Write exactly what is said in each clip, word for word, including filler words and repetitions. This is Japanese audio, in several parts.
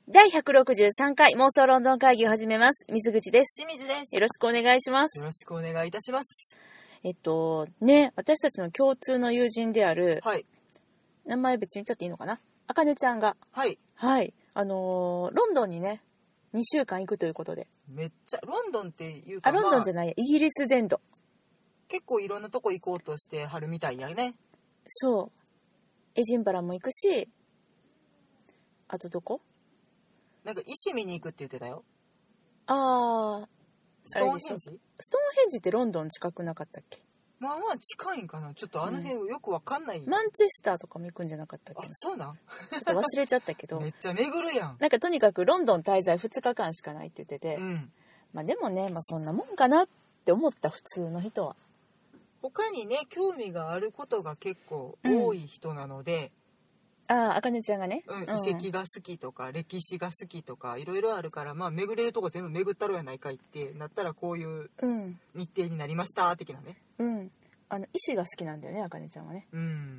だいひゃくろくじゅうさんかい妄想ロンドン会議を始めます。水口です。 清水です。 よろしくお願いします。 よろしくお願いいたします。 えっとね、私たちの共通の友人である、 はい、 名前別に言っちゃっていいのかな、あかねちゃんが、 はいはいあのー、ロンドンにねにしゅうかん行くということで。 めっちゃロンドンっていうか、 あロンドンじゃないや、イギリス全土。 結構いろんなとこ行こうとしてはるみたいやね。 そうエジンバラも行くし、あとどこ、 なんか石見に行くって言ってたよ。 あーストーンヘンジ。 ストーンヘンジってロンドン近くなかったっけ。 まあまあ近いんかな。ちょっとあの辺よくわかんない、 うん、マンチェスターとかも行くんじゃなかったっけ。 あ、そうなんちょっと忘れちゃったけどめっちゃ巡るやん。 なんかとにかくロンドン滞在ふつかかんしかないって言ってて、 うん、 まあでもね、まあそんなもんかなって思った。普通の人は他にね興味があることが結構多い人なので、 うん、ああ、あかねちゃんがね、 うん、遺跡が好きとか、うん、歴史が好きとかいろいろあるから、まあ巡れるとこ全部巡ったろやないかいってなったらこういう日程になりました的なね。 うん、あの石が好きなんだよね、あかねちゃんはね。 うん、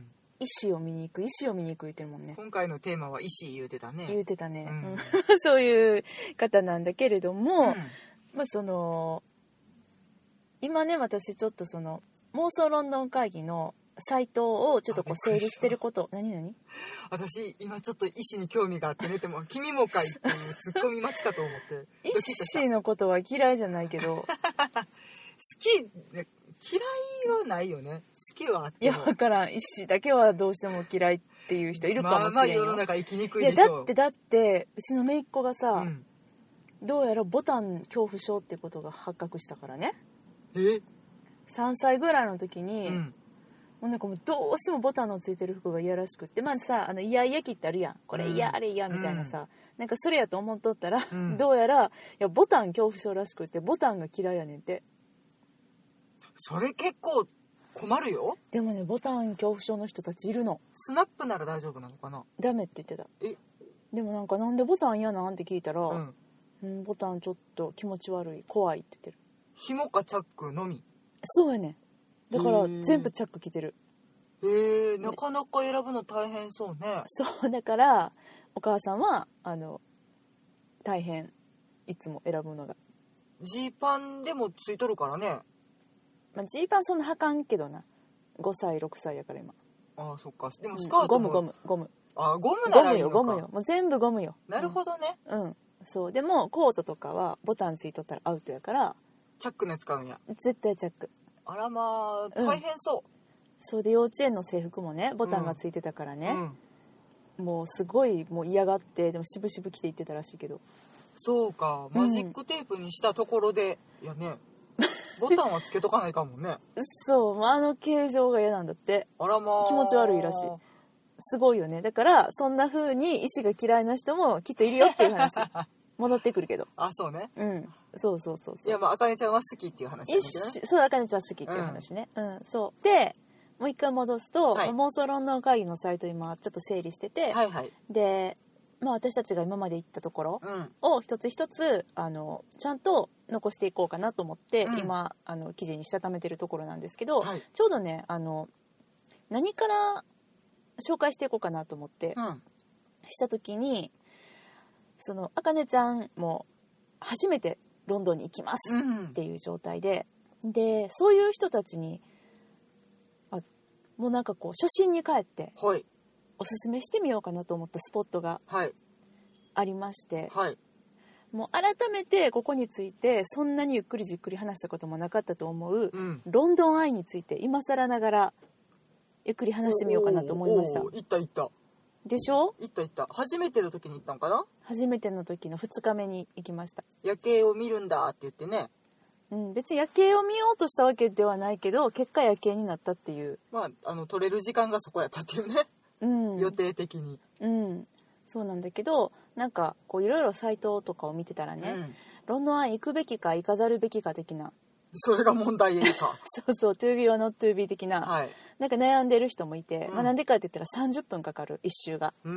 石を見に行く石を見に行く言ってるもんね。 今回のテーマは石言うてたね。 言うてたね、 うん、 そういう方なんだけれども、 うん、 まあその今ね私ちょっとその妄想ロンドン会議のサイトをちょっとこう整理してること。何何私今ちょっと石に興味があってねっても君もかいっていうツッコミ待ちかと思って石のことは嫌いじゃないけど好き嫌いはないよね。好きはあっても、 いや分からん、石だけはどうしても嫌いっていう人いるかもしれんよ。 まあまあ世の中生きにくいでしょう。 いやだってだってうちの姪っ子がさ、うん、どうやらボタン恐怖症ってことが発覚したからね。 えさんさいぐらいの時に、うん、もうなんかもうどうしてもボタンのついてる服が嫌らしくって、まあさ、あのイヤイヤ期ってあるやん、これ嫌、うん、あれ嫌みたいなさ、うん、なんかそれやと思っとったら、うん、どうやらいやボタン恐怖症らしくって、ボタンが嫌いやねんて。 それ結構困るよ。 でもね、ボタン恐怖症の人たちいるの。 スナップなら大丈夫なのかな。 ダメって言ってた。 えでもなんかなんでボタン嫌なんって聞いたら、 うんうん、ボタンちょっと気持ち悪い、怖いって言ってる。 紐かチャックのみ。 そうやね。だから全部チャック着てる。 へえ、なかなか選ぶの大変そうね。 そうだからお母さんはあの大変、いつも選ぶのが。 ジーパンでもついとるからね。 まあ、ジーパンそんな履かんけどな。ごさいろくさいやから今。 ああそっか。でもスカートも、 うん、ゴムゴムゴム。 あゴムならいいのか。 ゴムよゴムよ。もう全部ゴムよ。 なるほどね。 うん、うん、そう。でもコートとかはボタンついとったらアウトやからチャックのやつ買うんや。 絶対チャック。 あらまあ大変そう、 うん、そうで幼稚園の制服もねボタンがついてたからね、うんうん、もうすごいもう嫌がって、でも渋々着て行ってたらしいけど。 そうか、マジックテープにしたところで、うん、いやねボタンはつけとかないかもねそうあの形状が嫌なんだって。 あらまあ気持ち悪いらしい。すごいよね。だからそんな風に石が嫌いな人もきっといるよっていう話戻ってくるけど。 あそうね、 うんそうそうそうそう。 いやまああかねちゃんは好きっていう話なんだけどね。 そうあかねちゃん好きっていう話ね、うん、うん、そうでもう一回戻すと、はい、妄想ロンドン会議のサイト今ちょっと整理してて、 はいはい、 で、まあ、私たちが今まで行ったところを一つ一つあのちゃんと残していこうかなと思って、うん、今あの記事にしたためてるところなんですけど、はい、ちょうどねあの何から紹介していこうかなと思って、うん、した時にそのあかねちゃんも初めてロンドンに行きますっていう状態で、うん、でそういう人たちにあもうなんかこう初心に帰って、はい、おすすめしてみようかなと思ったスポットがありまして、はい、もう改めてここについてそんなにゆっくりじっくり話したこともなかったと思う、うん、ロンドンアイについて今更ながらゆっくり話してみようかなと思いました。 おーおー行った行ったでしょ。 行った行った。初めての時に行ったんかな。 初めての時のふつかめに行きました。 夜景を見るんだって言ってね、 うん、別に夜景を見ようとしたわけではないけど結果夜景になったっていう、 まああの撮れる時間がそこやったっていうね、うん、予定的に、 うん、そうなんだけどなんかこういろいろサイトとかを見てたらね、うん、ロンドンアイ行くべきか行かざるべきか的な、 それが問題かそうそう to be or not to be 的な、はい、なんか悩んでる人もいて、 うん、 まあ、なんでかって言ったらさんじゅっぷんかかる一周が、うん、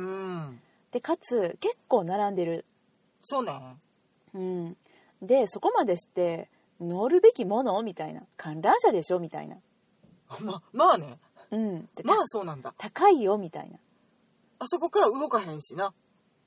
でかつ結構並んでる。 そうね、 うん、でそこまでして乗るべきものみたいな、観覧車でしょみたいな、 ま, まあね、 うん、 まあそうなんだ、 高いよみたいな、 あそこから動かへんしな。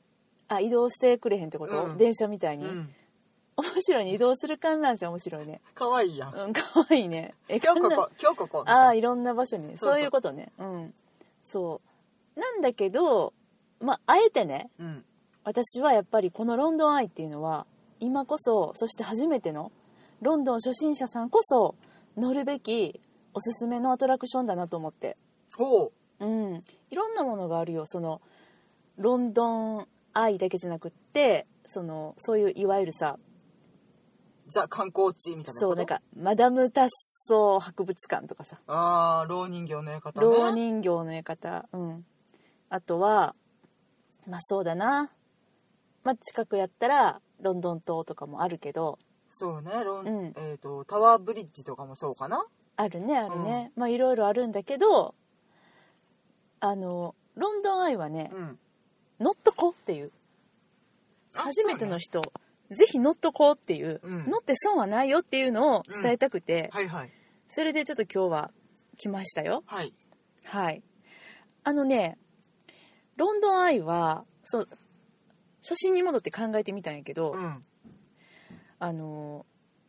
あ、移動してくれへんってこと、うん、電車みたいに、うん、面白いね。移動する観覧車面白いね。 かわいいやん。 うん、かわいいね。 え、今日ここ今日ここああ、いろんな場所にね。そういうことね。うん。そうなんだけど、まああえてね、うん、私はやっぱりこのロンドンアイっていうのは今こそ、そして初めてのロンドン初心者さんこそ乗るべきおすすめのアトラクションだなと思って。 ほう。うん。いろんなものがあるよ。そのロンドンアイだけじゃなくって、そのそういういわゆるさ、 ザ観光地みたいなこと。 そう、なんかマダムタッソー博物館とかさ。 ああ、老人形の館ね。 老人形の館。うん。あとはまあそうだな。まあ近くやったらロンドン塔とかもあるけど。 そうね。ロン、うん、えっ、ー、とタワーブリッジとかもそうかな。 あるねあるね。うん、まあいろいろあるんだけど、あのロンドンアイはね、うん、乗っとこっていう。初めての人、ね、ぜひ乗っとこうっていう、うん、乗って損はないよっていうのを伝えたくて、 うんはいはい、 それでちょっと今日は来ましたよ。 はい。 はい。あのね、ロンドンアイはそう初心に戻って考えてみたんやけど、うん、あの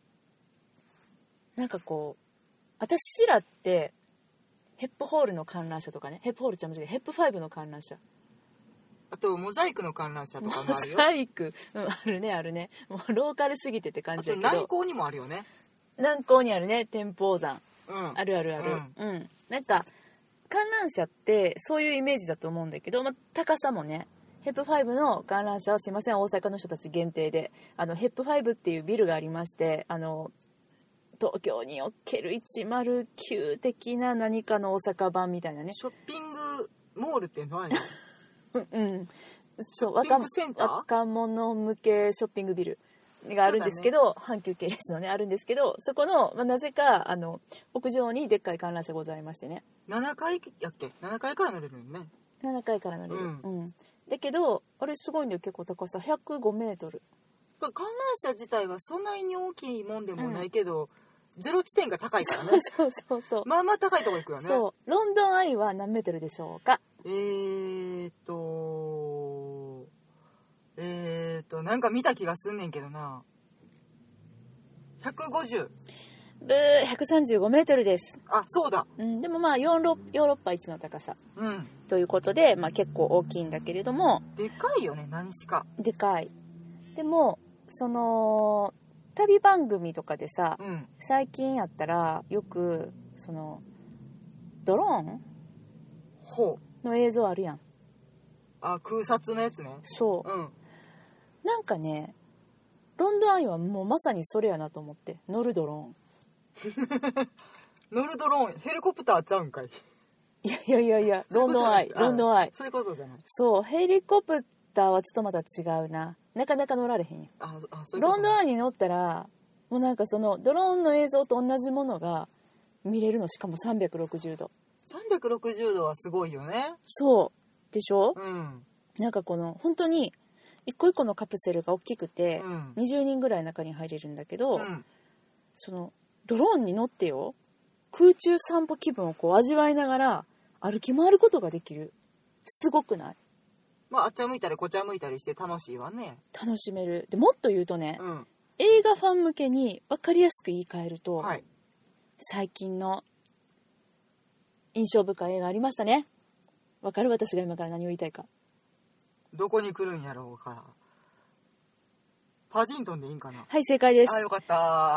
なんかこう私らってヘップホールの観覧車とかね、ヘップホールちゃん間違えヘップファイブの観覧車。 あとモザイクの観覧車とかもあるよ。 モザイク、うん、あるねあるね。もうローカルすぎてって感じだけど。 あと南港にもあるよね。 南港にあるね、天保山、うん、あるあるある、うん、うん、なんか観覧車ってそういうイメージだと思うんだけど、まあ、高さもね、ヘップファイブの観覧車はすいません大阪の人たち限定で、あのヘップファイブっていうビルがありまして、あの東京におけるいちまるきゅう的な何かの大阪版みたいなね。 ショッピングモールっていうのはあるの？ うん、そう、若, 若者向けショッピングビルがあるんですけど、阪急系列のねあるんですけど、そこの、まあ、なぜかあの屋上にでっかい観覧車ございましてね。 ななかいやっけ？ななかいから乗れるよね。 ななかいから乗れる、うんうん、だけどあれすごいんだよ、結構高さひゃくごメートル。 観覧車自体はそんなに大きいもんでもないけど、うん、ゼロ地点が高いからね。 そうそうそう、 まあまあ高いとこ行くよね。 そう、ロンドンアイは何メートルでしょうか？ えーっとえーっとなんか見た気がすんねんけどな。ひゃくごじゅう。 ブー、ひゃくさんじゅうごメートルです。 あ、そうだ。 うん、でもまあヨーロ、ヨーロッパ一の高さ、うん、ということで、まあ、結構大きいんだけれども。 でかいよね、何しか。 でかい。でもその旅番組とかでさ、うん、最近やったらよくそのドローンほうの映像あるやん。 あ、空撮のやつね。 そう、うん、なんかねロンドンアイはもうまさにそれやなと思って。乗るドローン乗るドローン、ヘリコプターちゃうんかい。 いやいやいやいや、ロンドンアイ、ロンドンアイ。 そういうことじゃない。 そう、ヘリコプターはちょっとまた違うな。なかなか乗られへんやん。 ああ、そういうこと。 ロンドンアイに乗ったらもうなんかそのドローンの映像と同じものが見れるの。しかもさんびゃくろくじゅうど。 さんびゃくろくじゅうどはすごいよね。 そうでしょ、 うん、 なんかこの本当に一個一個のカプセルが大きくて、うん、にじゅうにんぐらい中に入れるんだけど、うん、そのドローンに乗ってよ、空中散歩気分をこう味わいながら歩き回ることができる。すごくない？ まああっちゃ向いたりこっちゃ向いたりして楽しいわね。 楽しめる。でもっと言うとね、うん、映画ファン向けに分かりやすく言い換えると、はい、最近の印象深い映画ありましたね。分かる？私が今から何を言いたいか。 どこに来るんやろうか。パディントンでいいんかな。 はい、正解です。 あ、よかった。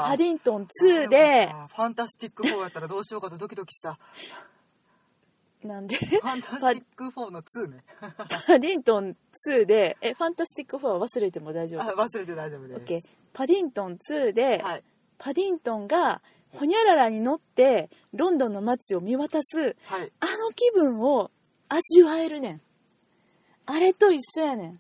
パディントンツーでファンタスティックフォーやったらどうしようかとドキドキした。 なんで？ ファンタスティックフォーのツーね。 パディントンツーで、え、ファンタスティックフォーは忘れても大丈夫？ あ、忘れて大丈夫です。 オッケー。パディントンツーで、はい、パディントンがホニャララに乗ってロンドンの街を見渡す、はい、あの気分を味わえるねん。あれと一緒やねん。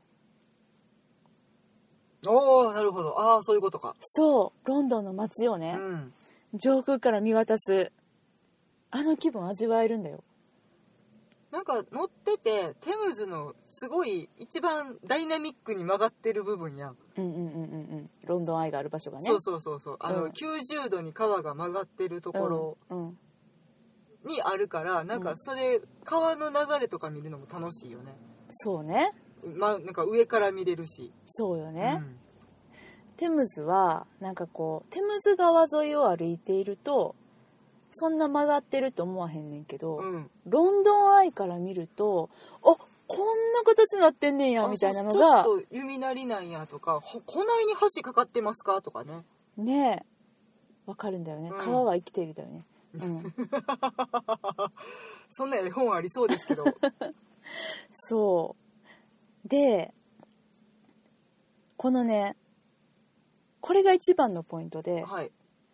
おー、なるほど。ああ、そういうことか。 そう、ロンドンの街をね、うん、上空から見渡すあの気分味わえるんだよ。 なんか乗っててテムズのすごい一番ダイナミックに曲がってる部分やん。 うんうんうんうんうん。ロンドンアイがある場所がね。 そうそうそうそう。あの、うん、きゅうじゅうどに川が曲がってるところにあるから、うんうん、なんかそれ川の流れとか見るのも楽しいよね。 そうね。 まあ、なんか上から見れるし。 そうよね、うん、テムズはなんかこうテムズ川沿いを歩いているとそんな曲がってると思わへんねんけど、うん、ロンドンアイから見るとあこんな形になってんねんやみたいなのがちょっと弓なりなんやとかこないに橋かかってますかとかねねえわかるんだよね、うん、川は生きているだよね、うん、 そんな絵本ありそうですけどそうでこのねこれが一番のポイントで、はい、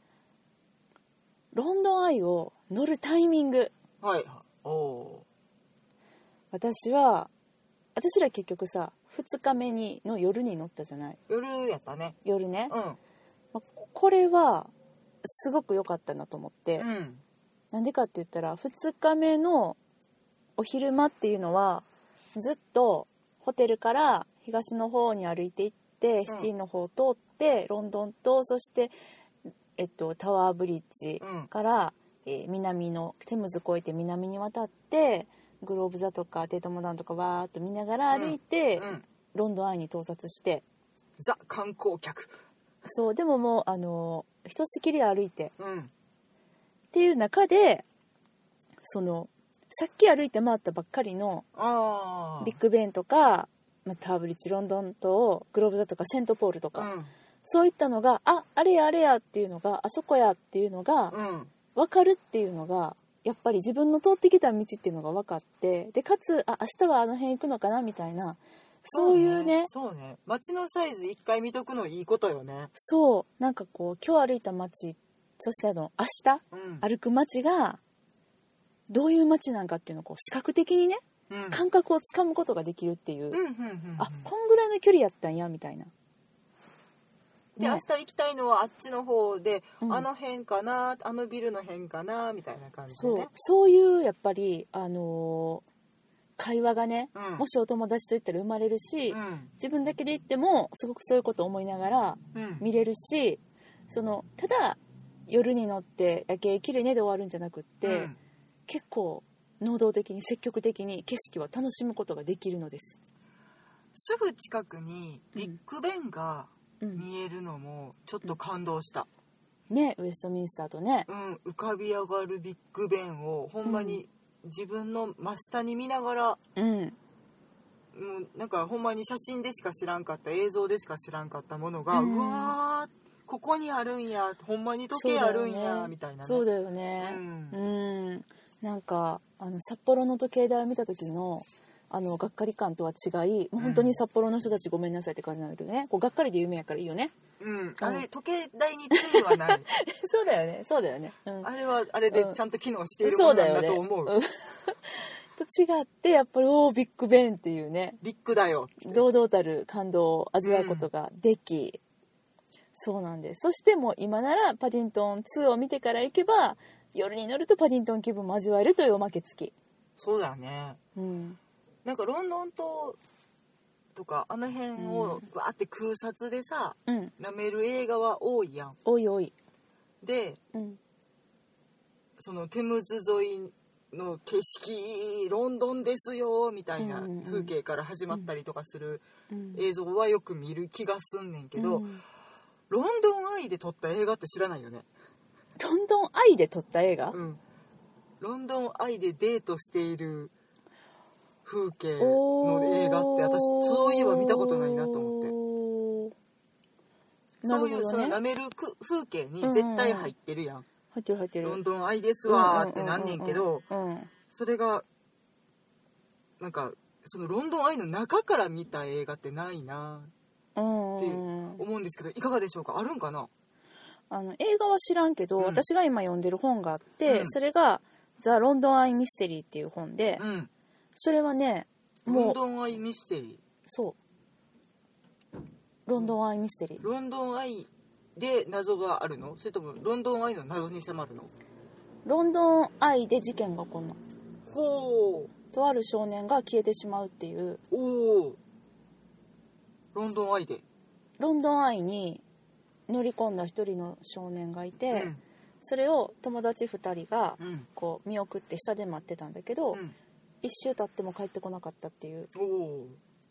ロンドンアイを乗るタイミング、はい、お私は私ら結局さふつかめにの夜に乗ったじゃない。 夜やったね。 夜ね、うん、ま、これはすごく良かったなと思って、うん、なんでかって言ったらふつかめのお昼間っていうのはずっとホテルから東の方に歩いていってシティの方を通ってロンドンとそして、えっと、タワーブリッジから、うんえー、南のテムズ越えて南に渡ってグローブ座とかテートモダンとかわーっと見ながら歩いて、うんうん、ロンドンアイに到達してザ観光客そうでももうあのひとしきり歩いて、うん、っていう中でそのさっき歩いて回ったばっかりのビッグベンとか、まあ、ターブリッジロンドンとグローブ座とかセントポールとか、うん、そういったのがああれやあれやっていうのがあそこやっていうのが、うん、分かるっていうのがやっぱり自分の通ってきた道っていうのが分かってでかつあ明日はあの辺行くのかなみたいなそういうねそうね街のサイズ一回見とくのいいことよね。 そうなんかこう今日歩いた街そしてあの明日、うん、歩く街がどういう街なんかっていうのをこう視覚的にね、うん、感覚をつかむことができるっていう、うんうんうんうん、あこんぐらいの距離やったんやみたいなで、ね、明日行きたいのはあっちの方で、うん、あの辺かなあのビルの辺かなみたいな感じでねそう、そういうやっぱり、あのー、会話がね、うん、もしお友達と行ったら生まれるし、うん、自分だけで行ってもすごくそういうことを思いながら見れるし、うん、そのただ夜に乗って夜景綺麗ねで終わるんじゃなくって、うん、結構能動的に積極的に景色を楽しむことができるのです。 すぐ近くにビッグベンが、うん、見えるのもちょっと感動した、 うん、ねウェストミンスターとね、 うん、浮かび上がるビッグベンをほんまに自分の真下に見ながら、うん、もうなんかほんまに写真でしか知らんかった映像でしか知らんかったものが、うん、うわーここにあるんやほんまに時計あるんや、ね、みたいなねそうだよね、うん、うん、なんかあの札幌の時計台を見た時のあのがっかり感とは違いもう本当に札幌の人たちごめんなさいって感じなんだけどね、こうがっかりで有名やからいいよね、 うん、あれ時計台に罪はないそうだよねそうだよね、 うん、あれはあれでちゃんと機能しているものなんだと思う、うん、そうだよね、 うん、と違ってやっぱりおービッグベンっていうねビッグだよ堂々たる感動を味わうことができ、うん、そうなんです。そしてもう今ならパディントンツーを見てから行けば夜に乗るとパディントン気分も味わえるというおまけ付き。 そうだよね、うん、なんかロンドン島とかあの辺をわーって空撮でさ、うん、舐める映画は多いやん。 多い多いで、うん、そのテムズ沿いの景色ロンドンですよみたいな風景から始まったりとかする映像はよく見る気がすんねんけど、うん、ロンドンアイで撮った映画って知らないよね。 ロンドンアイで撮った映画、うん、 ロンドンアイでデートしている風景の映画って私そういえば見たことないなと思って。そういう、ね、その舐める風景に絶対入ってるやん、うんうん、 入ってる入ってるロンドンアイですわーってなんねんけど、それがなんかそのロンドンアイの中から見た映画ってないなって思うんですけど、いかがでしょうか。あるんかな。 あの映画は知らんけど、うん、私が今読んでる本があって、うん、それがザ・ロンドンアイ・ミステリーっていう本で、うん、それはねもうロンドンアイ・ミステリーそうロンドンアイ・ミステリーロンドンアイで謎があるの、それともロンドンアイの謎に迫るの。 ロンドンアイで事件が起こるの。 ほう。 とある少年が消えてしまうっていう。 おお。ロンドンアイでロンドンアイに乗り込んだ一人の少年がいて、うん、それを友達ふたりがこう見送って下で待ってたんだけど、うん、一周経っても帰ってこなかったっていう。 お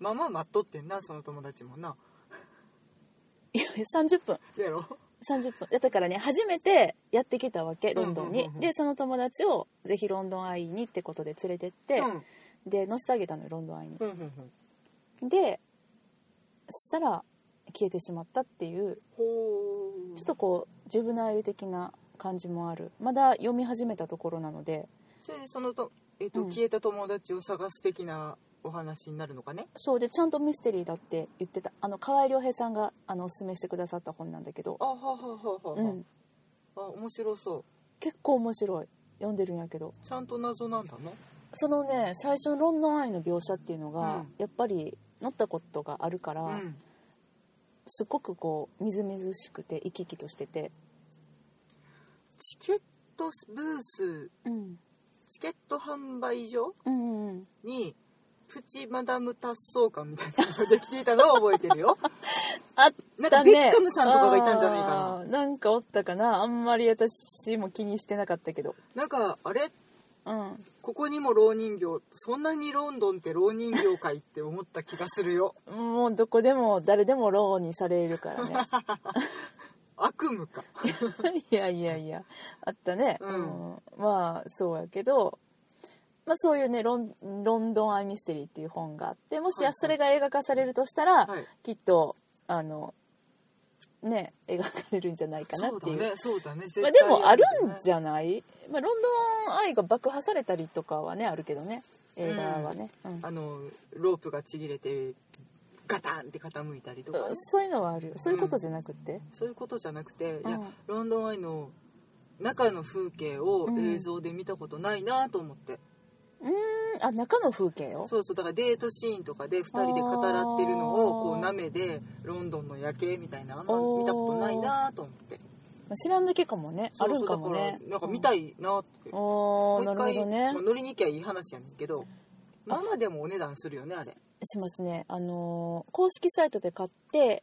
まあまあ待っとってんな、その友達もな。 いやさんじゅっぷんやろさんじゅっぷんだからね、初めてやってきたわけロンドンに、うんうんうんうん、でその友達をぜひロンドンアイにってことで連れてって、うん、で乗せてあげたのよロンドンアイに、うんうんうん、でそしたら消えてしまったっていう、ちょっとこうジュブナイル的な感じもある。まだ読み始めたところなので、 それでそのと、えーとうん、消えた友達を探す的なお話になるのかね。 そうで、ちゃんとミステリーだって言ってた。あの河合良平さんがあのおすすめしてくださった本なんだけど、 あはははは、うん、あ面白そう。 結構面白い。読んでるんやけどちゃんと謎なんだね。 そのね、最初のロンドンアイの描写っていうのが、うん、やっぱり乗ったことがあるから、うん、すごくこうみずみずしくて生き生きとしてて、 チケットブース、うん、チケット販売所、うんうん、にプチマダム達成感みたいなのができていたのを覚えてるよ。 あったね。 なんかベッカムさんとかがいたんじゃないかな。 なんかおったかな。あんまり私も気にしてなかったけど。 なんかあれ、うん、ここにも蝋人形、そんなにロンドンって蝋人形かいって思った気がするよ。 もうどこでも誰でも蝋にされるからね。 悪夢か。 いやいやいや、あったね。うんうん、まあそうやけど。まあ、そういうねロン、ロンドンアイミステリーっていう本があって、もしそれが映画化されるとしたら、はいはい、きっとあのね描かれるんじゃないかなっていう。 そうだね、そうだね。 まあ、でもあるんじゃない？まあ、ロンドンアイが爆破されたりとかはねあるけどね、映画はね、うんうん、 あのロープがちぎれてガタンって傾いたりとか、ね、 そういうのはあるよ。そういうことじゃなくて、うん、 そういうことじゃなくて、いや、うん、ロンドンアイの中の風景を映像で見たことないなと思って、 うーん、あ、中の風景よ。 そうそう、だからデートシーンとかでふたりで語らってるのをこうなめでロンドンの夜景みたいな、あんま見たことないなと思って。 知らんだけかもね。そうそう、あるんかもね。 だからなんか見たいなって、うん、もう一回、なるほどね、まあ、乗りに行きゃいい話やねんけど、まあまあでもお値段するよねあれ。 しますね。あのー、公式サイトで買って、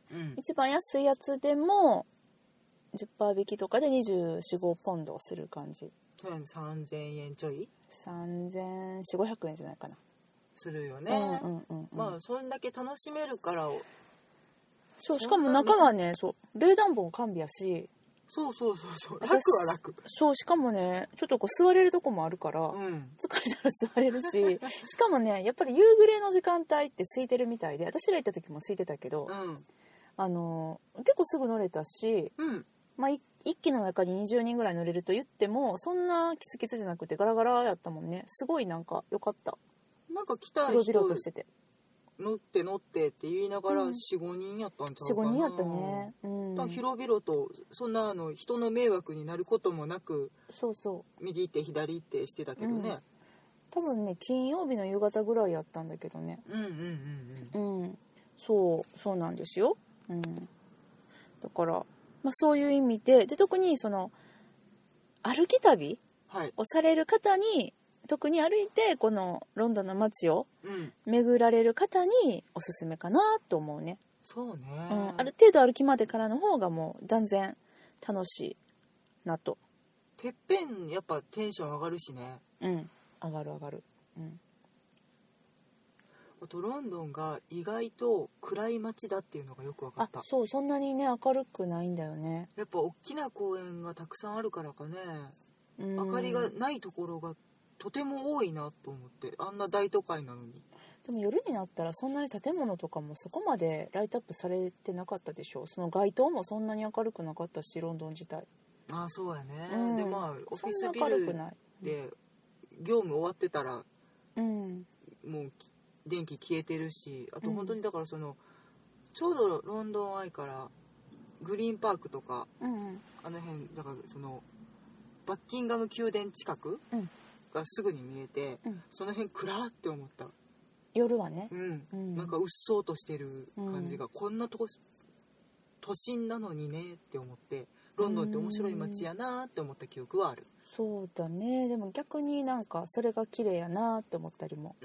うん、一番安いやつでも じゅっパーセント 引きとかでにじゅうよん、ごポンドする感じ。 さんぜんえんちょいさんぜんよんひゃく、ごひゃくえんじゃないかなするよね、うんうんうんうん、まあそんだけ楽しめるからそう。しかも中はね、そう冷暖房完備やし、 そうそうそうそう、楽は楽。 そう、しかもねちょっとこう座れるとこもあるから、うん、疲れたら座れるししかもねやっぱり夕暮れの時間帯って空いてるみたいで、私ら行った時も空いてたけど、うん、あの結構すぐ乗れたし、うんまあ、一機の中ににじゅうにんぐらい乗れると言ってもそんなキツキツじゃなくてガラガラやったもんね。すごいなんか良かった。 なんか来た人広々としてて乗って乗ってって言いながら よん,ご 人やったんちゃうかな。 よん,ご 人やったね、うん、 広々とそんなあの人の迷惑になることもなく、 そうそう右行って左行ってしてたけどね、うん、 多分ね金曜日の夕方ぐらいやったんだけどね。 うんうんうんうん、うん、 そうそうなんですよ、うん、だからまあ、そういう意味で、で特にその歩き旅をされる方に、はい、特に歩いてこのロンドンの街を巡られる方におすすめかなと思うね。 そうね、 うん、ある程度歩きまでからの方がもう断然楽しいなと。 てっぺんやっぱテンション上がるしね。 うん上がる上がる、うん、 あとロンドンが意外と暗い街だっていうのがよく分かった。 あ、そう、そんなにね明るくないんだよね。 やっぱ大きな公園がたくさんあるからかね、明かりがないところがとても多いなと思って。あんな大都会なのに。 でも夜になったらそんなに建物とかもそこまでライトアップされてなかったでしょ。その街灯もそんなに明るくなかったし、ロンドン自体。 ああそうやね、うん、でまあオフィスビルで業務終わってたら、うん、もう電気消えてるし、あと本当にだからその、うん、ちょうどロンドンアイからグリーンパークとか、うんうん、あの辺だからそのバッキンガム宮殿近くがすぐに見えて、うん、その辺暗って思った。 夜はね、 うんうん、なんかうっそうとしてる感じが、うん、こんなとこ都心なのにねって思って、ロンドンって面白い街やなって思った記憶はある。 そうだね。でも逆になんかそれが綺麗やなって思ったりも、うん、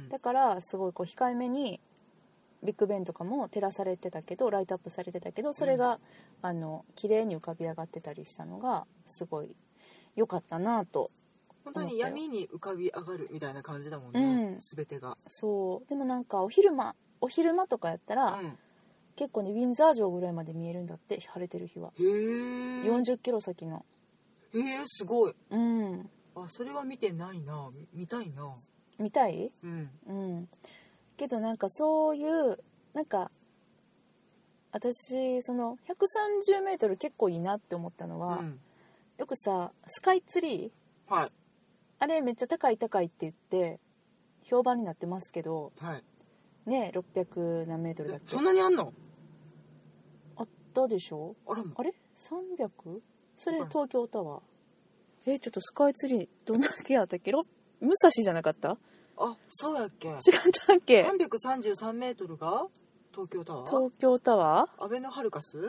だからすごいこう控えめにビッグベンとかも照らされてたけど、ライトアップされてたけど、それが、うん、あの綺麗に浮かび上がってたりしたのがすごい良かったなと。 本当に闇に浮かび上がるみたいな感じだもんね、うん、全てが。 そう。でもなんかお昼間お昼間とかやったら、うん、結構ねウィンザー城ぐらいまで見えるんだって、晴れてる日は。 へえ。 よんじゅっキロ先の。 へえ、すごい。 うん。 あ、それは見てないな。見たいな。 見たい？ うん。 うん。けどなんかそういうなんか私そのひゃくさんじゅうメートル結構いいなって思ったのは、うん、よくさスカイツリー、はい、 あれめっちゃ高い高いって言って評判になってますけど、 はい、 ねろっぴゃく何メートルだっけ？ そんなにあんの？ あったでしょ？ あら、 あれ さんびゃく？ それ東京タワー。えちょっとスカイツリーどんだけやったっけ？武蔵じゃなかった？ あ、そうやっけ？違ったっけ？ さんびゃくさんじゅうさんメートルが東京タワー？ 東京タワー？アベノハルカス？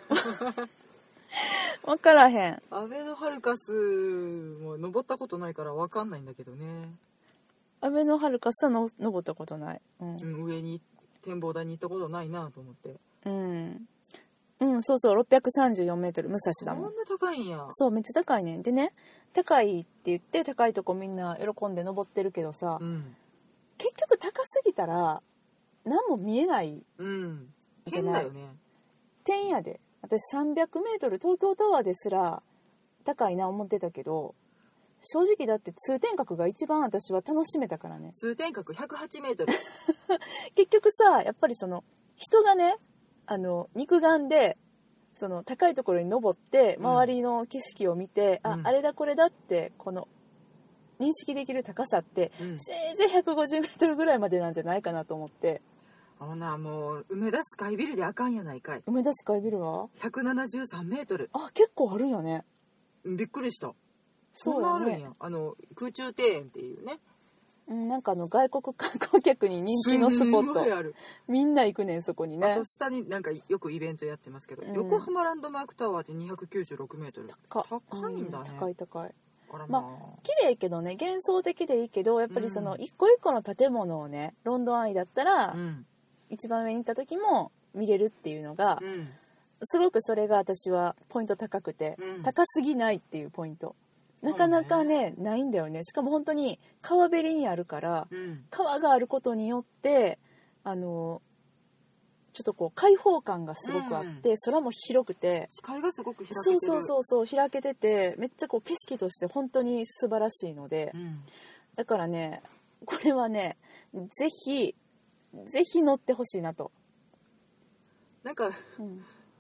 分からへん。 アベノハルカスも登ったことないから分かんないんだけどね。 アベノハルカスはの登ったことない、 うんうん、上に展望台に行ったことないなと思って。 うんうん、そうそうろっぴゃくさんじゅうよんメートル武蔵だもん。 そんな高いんや。 そうめっちゃ高いねん。でね高いって言って高いとこみんな喜んで登ってるけどさ、 うん、 結局高すぎたら何も見えない、 うん、変だよね。 点やで。私さんびゃくメートル東京タワーですら高いな思ってたけど、正直だって通天閣が一番私は楽しめたからね。 通天閣ひゃくはちメートル結局さやっぱりその人がねあの肉眼でその高いところに登って周りの景色を見て、うん、あ、あれだこれだってこの認識できる高さって、うん、せいぜいひゃくごじゅうメートルぐらいまでなんじゃないかなと思って。 あなもう梅田スカイビルであかんやないかい。 梅田スカイビルはひゃくななじゅうさんメートル。 あ結構あるんやね。 びっくりした。そんなあるんや。あの空中庭園っていうね、 うん、なんかあの外国観光客に人気のスポットある。みんな行くねんそこにね。 あと下になんかよくイベントやってますけど、うん、横浜ランドマークタワーってにひゃくきゅうじゅうろくメートル。高いんだね、 うん、高い高い。 あらまあ、 まあ、綺麗けどね幻想的でいいけどやっぱりその一個一個の建物をねロンドンアイだったら、うん、一番上に行った時も見れるっていうのが、うん、すごくそれが私はポイント高くて、うん、高すぎないっていうポイントなかなかね、ねないんだよね。しかも本当に川べりにあるから、うん、川があることによってあのちょっとこう開放感がすごくあって、うん、空も広くて視界がすごく開けてる。 そうそうそうそう開けててめっちゃこう景色として本当に素晴らしいので、うん、だからねこれはねぜひぜひ乗ってほしいなと。 なんか、うん、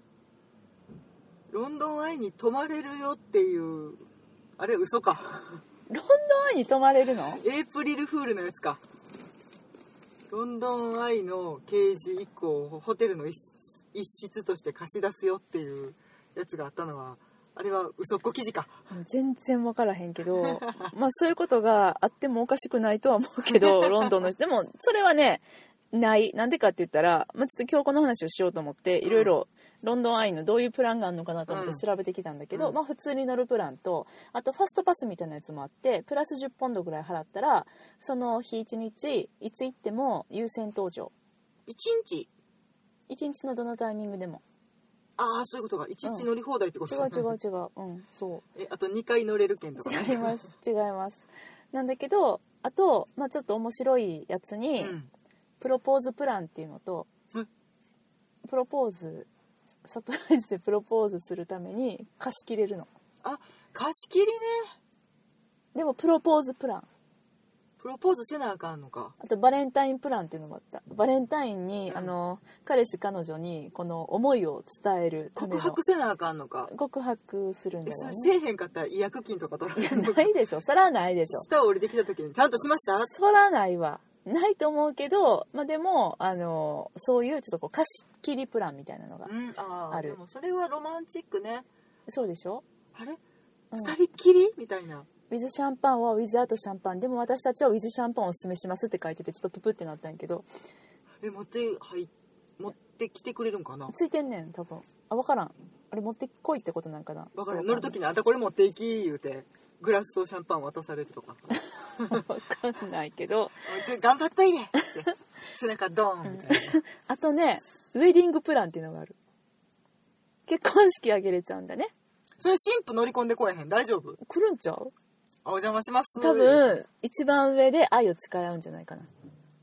ロンドンアイに泊まれるよっていうあれ嘘か。 ロンドンアイに泊まれるの？ エイプリルフールのやつか。ロンドンアイのケージいっこをホテルの一室として貸し出すよっていうやつがあったのはあれは嘘っこ記事か。 全然分からへんけどまあそういうことがあってもおかしくないとは思うけどロンドンのでもそれはねないなんでかって言ったら、まあ、ちょっと今日この話をしようと思っていろいろロンドンアイのどういうプランがあるのかなと思って調べてきたんだけど、うんまあ、普通に乗るプランとあとファストパスみたいなやつもあってプラスじゅっポンドぐらい払ったらその日いちにちいつ行っても優先搭乗。 いちにちいちにちのどのタイミングでも。 ああそういうことか。いちにち乗り放題ってこと、 うん、違う違う違ううんそうえあとにかい乗れる券とか、 ね、違います違いますなんだけどあと、まあ、ちょっと面白いやつに、うんプロポーズプランっていうのとプロポーズサプライズでプロポーズするために貸し切れるの。 あ貸し切りね。 でもプロポーズプランプロポーズせなあかんのか。 あとバレンタインプランっていうのもあった。バレンタインに、うん、あの彼氏彼女にこの思いを伝えるための告白せなあかんのか。 告白するんだよね。 えそれせえへんかったら違約金とか取られるのか。 ないでしょそらないでしょ。 下を降りてきた時にちゃんとしましたそらないわないと思うけど、まあ、でもあのそういうちょっとこう貸し切りプランみたいなのがある、うん、あでもそれはロマンチックね。 そうでしょ。 あれ、うん、二人っきりみたいな。 ウィズシャンパンはウィズアウトシャンパンでも私たちはウィズシャンパンをおすすめしますって書いててちょっとププってなったんやけどえ持ってはい持ってきてくれるんかな。 ついてんねん多分。あ分からんあれ持ってこいってことなんかな。 分からん乗る時にあんたこれ持っていき言うてグラスとシャンパン渡されるとか分かんないけど頑張っといでって背中ドーンみたいな、うん、 あとねウェディングプランっていうのがある。結婚式あげれちゃうんだね。 それ新婦乗り込んでこえへん大丈夫来るんちゃう。 お邪魔します。 多分一番上で愛を誓い合うんじゃないかな。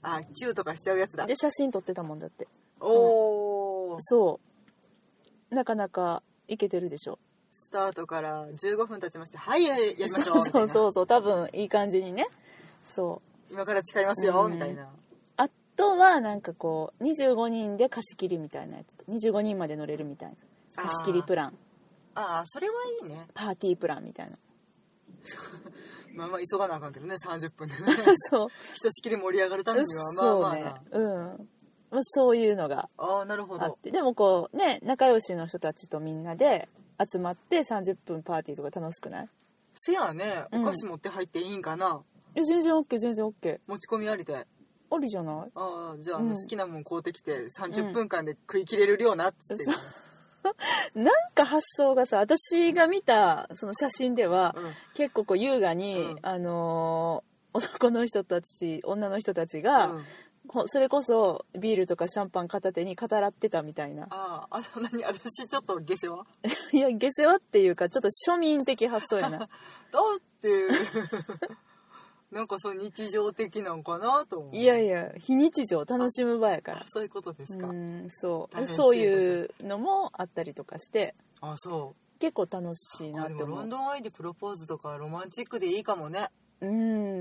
あ、チューとかしちゃうやつだ。 で写真撮ってたもんだって。 おー、 うん、そうなかなかイケてるでしょ。 スタートからじゅうごふん経ちまして、はいやりましょうみたいな。 そうそうそう、多分いい感じにね。そう今から誓いますよ、うん、みたいな。 あとはなんかこうにじゅうごにんで貸し切りみたいなやつ、にじゅうごにんまで乗れるみたいな貸し切りプラン。 ああ、それはいいね。 パーティープランみたいな。 まあまあ急がなあかんけどね、さんじゅっぷんでね。 そう。 ひとしきり盛り上がるためにはまあまあな。 そうね。うん。まあそういうのがああ、なるほど。 あって、でもこうね、仲良しの人たちとみんなで集まってさんじゅっぷんパーティーとか楽しくない？ せやね、お菓子持って入っていいんかな。 いや全然 OK 全然 OK。 持ち込みありで。 ありじゃない？ ああ、じゃあ、うん、あの好きなもん買うてきてさんじゅっぷんかんで食い切れる量なっつって。 なんか発想がさ、私が見たその写真では、うん、結構こう優雅に、うん、あのー、男の人たち女の人たちが、うん、それこそビールとかシャンパン片手に語らってたみたいな。 ああ、あの何、私ちょっと下世話いや下世話っていうかちょっと庶民的発想やな。 だってなんかそう日常的なんかなと思う。 いやいや非日常楽しむ場やから。 そういうことですか。 うん、そうそういうのもあったりとかして。 あ、そう結構楽しいなって思う。 でもロンドンアイでプロポーズとかロマンチックでいいかもね。 うん、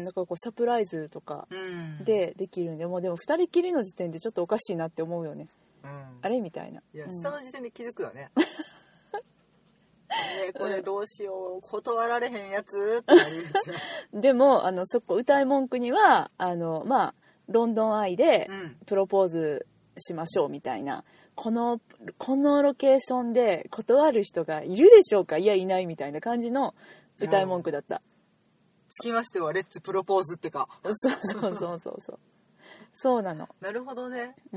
だからこうサプライズとかでできるんで、もうでもふたりきりの時点でちょっとおかしいなって思うよね。うん、あれみたいな。 いや、下の時点で気づくよね。ね、これどうしよう、断られへんやつってなるんですよ。 でもあのそこ歌い文句にはあの、まあ、ロンドンアイでプロポーズしましょうみたいな、うん、このこのロケーションで断る人がいるでしょうか、いやいないみたいな感じの歌い文句だった。 つきましてはレッツプロポーズってか。 そうそうそうそうそうそうなの。 なるほどね。 うん、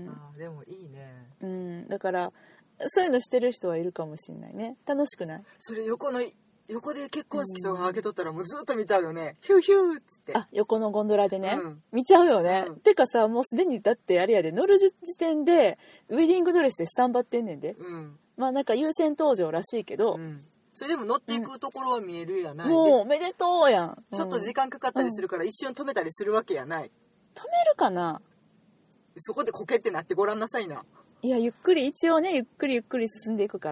あ、でもいいね。 うん、だからそういうのしてる人はいるかもしれないね。楽しくない？ それ横の横で結婚式とか開けとったらもうずっと見ちゃうよね。ヒューヒューっつって。 あ、横のゴンドラでね、うん、見ちゃうよね、うん、てかさ、もうすでにだってあれやで、乗る時点でウェディングドレスでスタンバってんねんで、うん、まあなんか優先登場らしいけど、うん、 それでも乗っていくところは見えるやない、 うん、もうおめでとうやん、 ちょっと時間かかったりするから一瞬止めたりするわけやない。 止めるかな。 そこでコケってなってごらんなさいな。 いやゆっくり一応ねゆっくりゆっくり進んでいくから、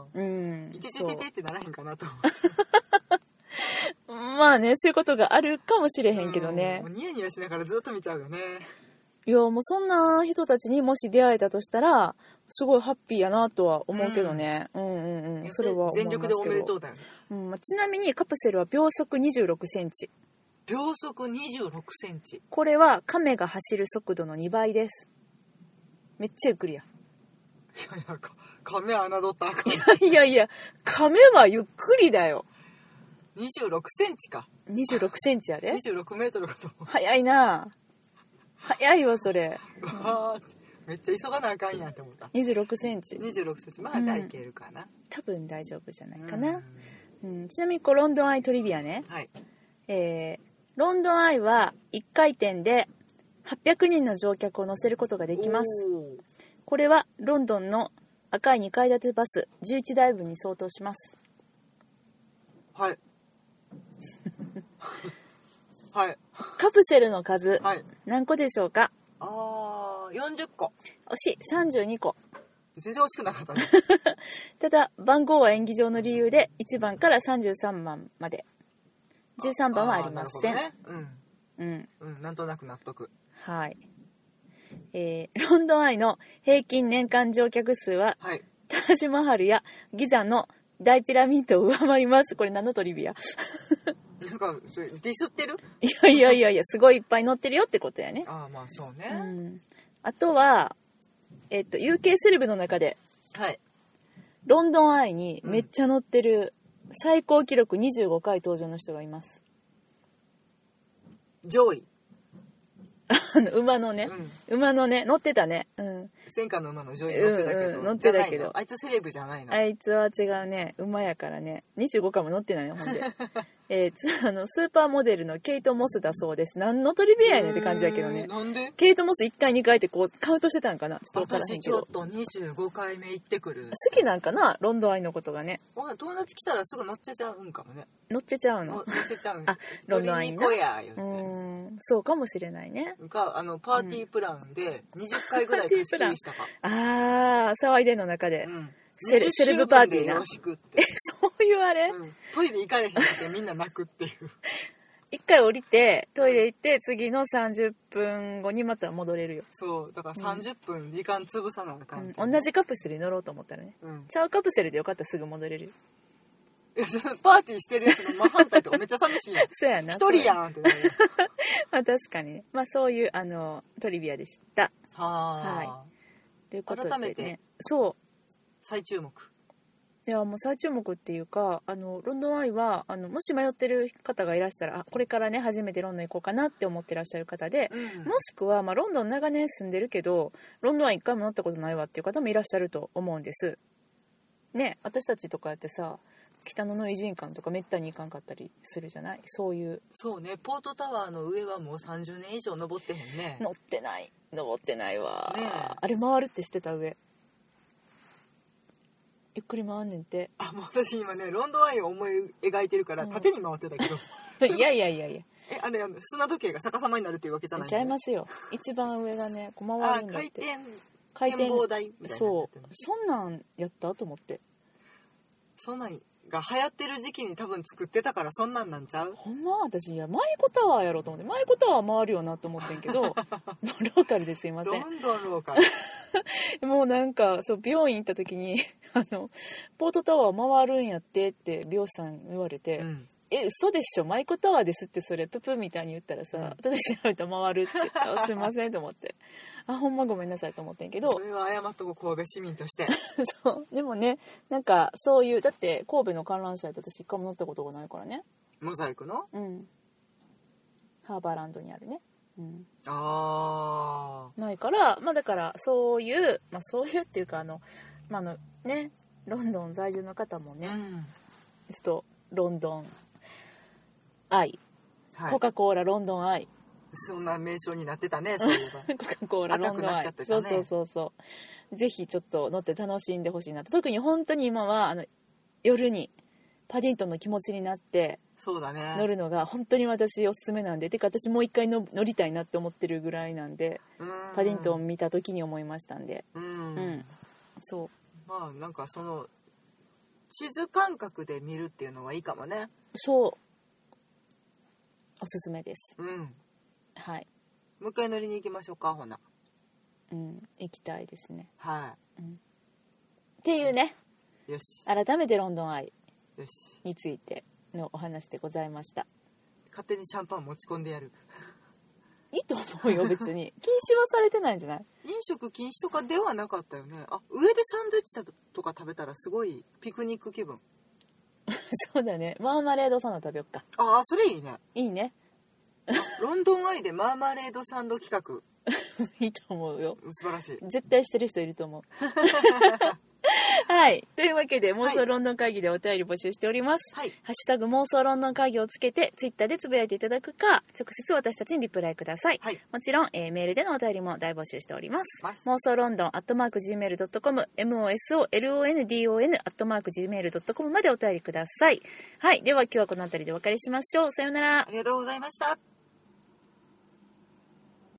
うん、うん、いててててってならへんかなとまあね、そういうことがあるかもしれへんけどね、 うん、もうニヤニヤしながらずっと見ちゃうよね。 いやもうそんな人たちにもし出会えたとしたらすごいハッピーやなとは思うけどね、うん、うんうんうん、それは思いますけど、 全力でおめでとうだよね、 うんまあ、ちなみにカプセルは秒速にじゅうろくセンチ。 秒速にじゅうろくセンチ、 これは亀が走る速度のにばいです。めっちゃゆっくりや。 いやいや、亀は侮ったらあかん。 いやいやいや、亀はゆっくりだよ。 にじゅうろくセンチか。 にじゅうろくセンチやで。 にじゅうろくメートルかと思う。 早いな。早いわそれ。 わめっちゃ急がなあかんやんって思った。 にじゅうろくセンチ。 にじゅうろくセンチ、まあじゃあいけるかな。うん、 多分大丈夫じゃないかな。うん、うん、ちなみにこうロンドンアイトリビアね。 はい。 えー、ロンドンアイはいっかい転ではっぴゃくにんの乗客を乗せることができます。これはロンドンの赤いにかい建てバスじゅういちだいぶんに相当します。 はいはい。 カプセルの数、 はい、 何個でしょうか？ あー、よんじゅっこ。 惜しい、さんじゅうにこ。 全然惜しくなかったね。 ただ番号は演技上の理由でいちばんからさんじゅうさんばんまで、じゅうさんばんはありません。 ね、うんうんうん、なんとなく納得。 はい。えー、ロンドンアイの平均年間乗客数は、はい、タージマハルやギザの大ピラミッドを上回ります。これ何のトリビア？ なんかそれディスってる？ いやいやいやいや、すごいいっぱい乗ってるよってことやね。 ああまあそうね。 うん、あとはえっと ユーケー セレブの中で、 はい、 ロンドンアイにめっちゃ乗ってる、うん、最高記録にじゅうごかい登場の人がいます。 上位。 馬のね、うん、馬のね乗ってたね、うん、 戦火の馬の上位に乗ってたけど、 うんうん、乗ってたけどあいつセレブじゃないの。 あいつは違うね、馬やからね。にじゅうごかいも乗ってないのほんでえー、つあのスーパーモデルのケイト・モスだそうです。何のトリビアやねんって感じだけどね。 なんでケイト・モスいっかいにかいってこうカウントしてたんかな、ちょっと分からへんけど。 私ちょっとにじゅうごかいめ行ってくる。 好きなんかな、ロンドンアイのことがね。 友達来たらすぐ乗っちゃちゃうんかもね。 乗っちゃちゃうの。 乗っちゃちゃうん。 あ、ロンドンアイな。 うーん、そうかもしれないね。 か、あのパーティープランでにじゅっかいぐらい貸し切りしたか。 ああ、騒いでんの中で。 うんセレ、セレブパーティーな。 よろしくって。 え、そういうあれ、 うん、トイレ行かれへんってみんな泣くっていう。 一回降りてトイレ行って次のさんじゅっぷんごにまた戻れるよ。 そうだからさんじゅっぷん時間潰さなあかん、 うん、同じカプセルに乗ろうと思ったらね、うん、ちゃうカプセルでよかったらすぐ戻れるよ。 いや、そのパーティーしてるやつの真反対とかめっちゃ寂しいやん。 そうやな、 一人やんってなる。 まあ確かにね、まあそういうあのトリビアでした。 はあ、はい、 ということで、ね、 改めてそう再注目。 いやもう再注目っていうか、あのロンドンアイはあのもし迷ってる方がいらしたら、あこれからね初めてロンドン行こうかなって思ってらっしゃる方で、うん、もしくは、まあ、ロンドン長年住んでるけどロンドンアイ一回も乗ったことないわっていう方もいらっしゃると思うんですね。私たちとかやってさ、北野の偉人館とかめったに行かんかったりするじゃない。そういうそうね、ポートタワーの上はもうさんじゅうねん以上登ってへんね。 乗ってない登ってないわ、 ね、 あれ回るって知ってた？上ゆっくり回んねんて。 あ、もう私今ねロンドンアイを思い描いてるから縦に回ってたけど、 うん、いやいやいやいやえ、あれ砂時計が逆さまになるというわけじゃない、ね、 ちゃいますよ。一番上がねこう回るんだって。 あ、回転展望台みたいな。 そうそんなんやったと思って。 そんなんが流行ってる時期に多分作ってたからそんなんなんちゃう。 ほんま私いやマイコタワーやろうと思って、マイコタワー回るよなと思ってんけどもうローカルですいません。 ロンドンローカルもうなんかそう美容院行った時にあのポートタワー回るんやってって美容師さん言われて、うん、え嘘でしょマイコタワーですってそれププみたいに言ったらさ、うん、後で調べたら回るって言ったらすいませんと思ってあほんまごめんなさいと思ってんけど、 それは謝っとこ神戸市民としてそうでもねなんかそういうだって神戸の観覧車って私一回も乗ったことがないからね。 モザイクのうんハーバーランドにあるね、うん、 ああないから、まあ、だからそういう、まあ、そういうっていうかあの、まあ、あのねロンドン在住の方もね、うん、ちょっとロンドンアイ、はい、コカ・コーラロンドンアイそんな名称になってたね。そういえばコカ・コーラロンドンアイ、ね、そうそうそうそうぜひちょっと乗って楽しんでほしいなと。特に本当に今はあの夜にパディントンの気持ちになってそうだね乗るのが本当に私おすすめなんで、てか私もう一回の乗りたいなって思ってるぐらいなんで、うんパディントン見た時に思いましたんで、うん、うん、そうまあなんかその地図感覚で見るっていうのはいいかもね。 そうおすすめです。 うんはい。 もう一回乗りに行きましょうかほな。 うん行きたいですね。 はい、 うん、っていうね。 よし。 改めてロンドンアイよしについてのお話でございました。 勝手にシャンパン持ち込んでやる。 いいと思うよ別に禁止はされてないんじゃない？ 飲食禁止とかではなかったよね。あ上でサンドイッチとか食べたらすごいピクニック気分そうだね。マーマレードサンド食べよっか。 ああそれいいね。 いいねロンドンアイでマーマレードサンド企画いいと思うよ。 素晴らしい。 絶対してる人いると思うはいというわけで妄想ロンドン会議でお便り募集しております、はい、ハッシュタグ妄想ロンドン会議をつけてツイッターでつぶやいていただくか直接私たちにリプライください、はい、もちろん、えー、メールでのお便りも大募集しております。妄想ロンドンアットマーク ジーメールドットコム モソロンドン アットマーク ジーメールドットコム までお便りください。はいでは今日はこの辺りでお別れしましょう。さようなら。 ありがとうございました。